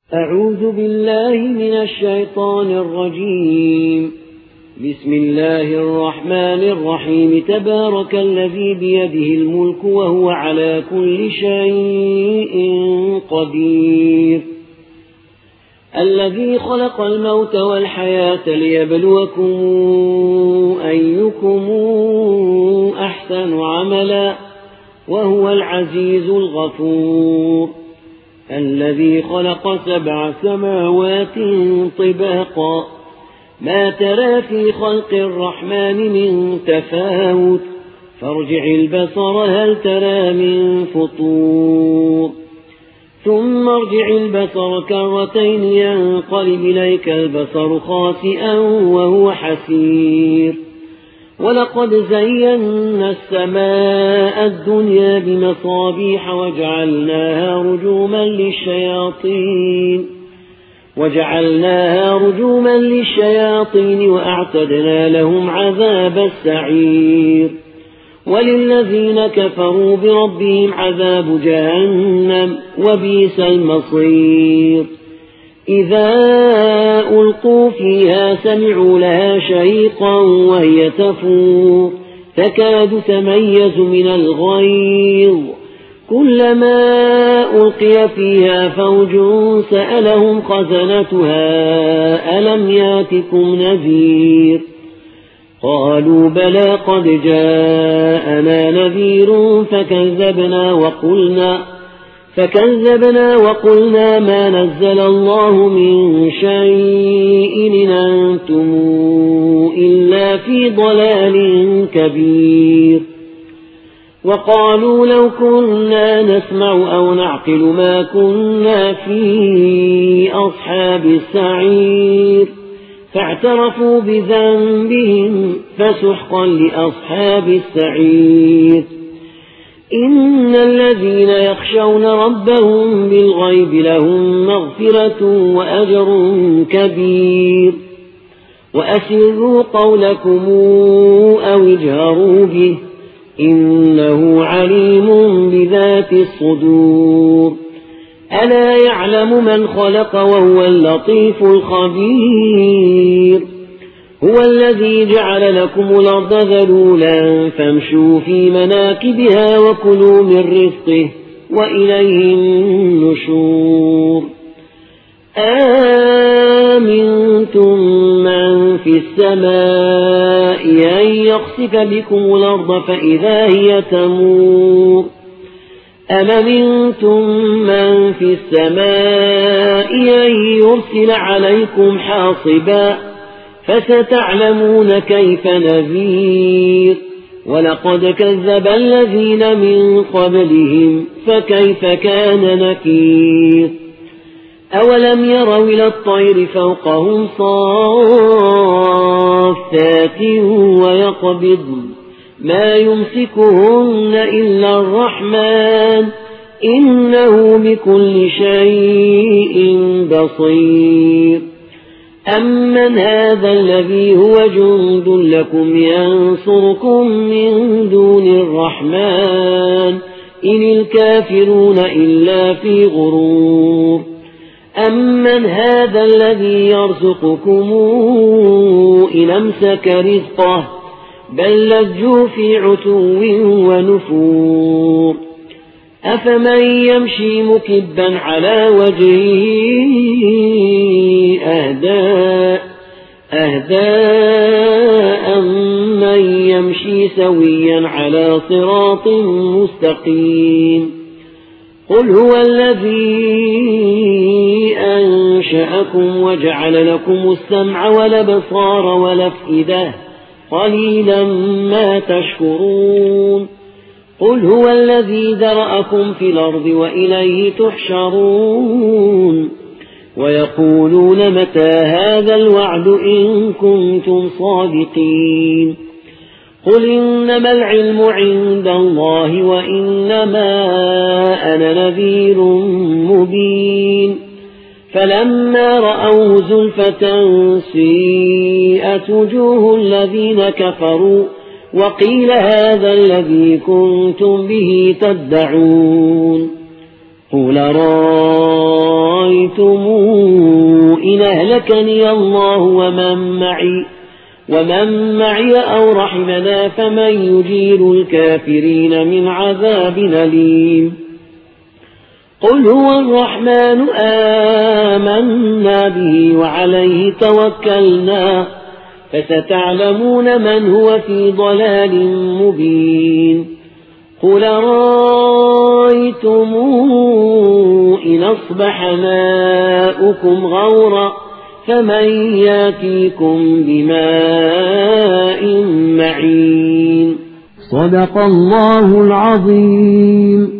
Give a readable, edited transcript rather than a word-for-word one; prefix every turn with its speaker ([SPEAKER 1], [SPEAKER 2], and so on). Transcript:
[SPEAKER 1] أعوذ بالله من الشيطان الرجيم. بسم الله الرحمن الرحيم. تبارك الذي بيده الملك وهو على كل شيء قدير. الذي خلق الموت والحياة ليبلوكم أيكم أحسن عملا وهو العزيز الغفور. الذي خلق 7 سماوات طباقا ما ترى في خلق الرحمن من تفاوت فارجع البصر هل ترى من فطور ثم ارجع البصر كرتين ينقلب إليك البصر خاسئا وهو حسير. ولقد زينا السماء الدنيا بمصابيح وجعلناها رجوما للشياطين وأعتدنا لهم عذاب السعير. وللذين كفروا بربهم عذاب جهنم وبئس المصير. إذا ألقوا فيها سمعوا لها شهيقا وهي تفور تكاد تميز من الغيظ كلما ألقي فيها فوج سألهم خزنتها ألم ياتكم نذير قالوا بلى قد جاءنا نذير فكذبنا وقلنا ما نزل الله من شيء إن أنتم إلا في ضلال كبير. وقالوا لو كنا نسمع أو نعقل ما كنا في أصحاب السعير فاعترفوا بذنبهم فسحقا لأصحاب السعير. إن الذين يخشون ربهم بالغيب لهم مغفرة وأجر كبير. وأسروا قولكم أو اجهروا به إنه عليم بذات الصدور. ألا يعلم من خلق وهو اللطيف الخبير. هو الذي جعل لكم الأرض ذلولا فامشوا في مناكبها وكلوا من رزقه وإليه النشور. آمنتم من في السماء أن يخسف بكم الأرض فإذا هي تمور أم أمنتم من في السماء أن يرسل عليكم حاصبا فستعلمون كيف نذير. ولقد كذب الذين من قبلهم فكيف كان نكير. أولم يروا إلى الطير فوقهم صافات ويقبضن ما يمسكهن إلا الرحمن إنه بكل شيء بصير. أمن هذا الذي هو جند لكم ينصركم من دون الرحمن إن الكافرون إلا في غرور. أمن هذا الذي يرزقكم إن أمسك رزقه بل لجوا في عتو ونفور. أفمن يمشي مكبا على وجهه أهداء من يمشي سويا على صراط مستقيم. قل هو الذي أنشأكم وجعل لكم السمع والأبصار والأفئدة قليلا ما تشكرون. قل هو الذي ذرأكم في الأرض وإليه تحشرون. ويقولون متى هذا الوعد إن كنتم صادقين. قل إنما العلم عند الله وإنما أنا نذير مبين. فلما رأوه زلفة سيئت وجوه الذين كفروا وقيل هذا الذي كنتم به تدعون. قل رأيتم أرأيتم إن أهلكني الله ومن معي أو رحمنا فمن يجير الكافرين من عذاب أليم قل هو الرحمن آمنا به وعليه توكلنا فستعلمون من هو في ضلال مبين قل رأيتم إن أصبح ماؤكم غورا فمن ياتيكم بماء معين.
[SPEAKER 2] صدق الله العظيم.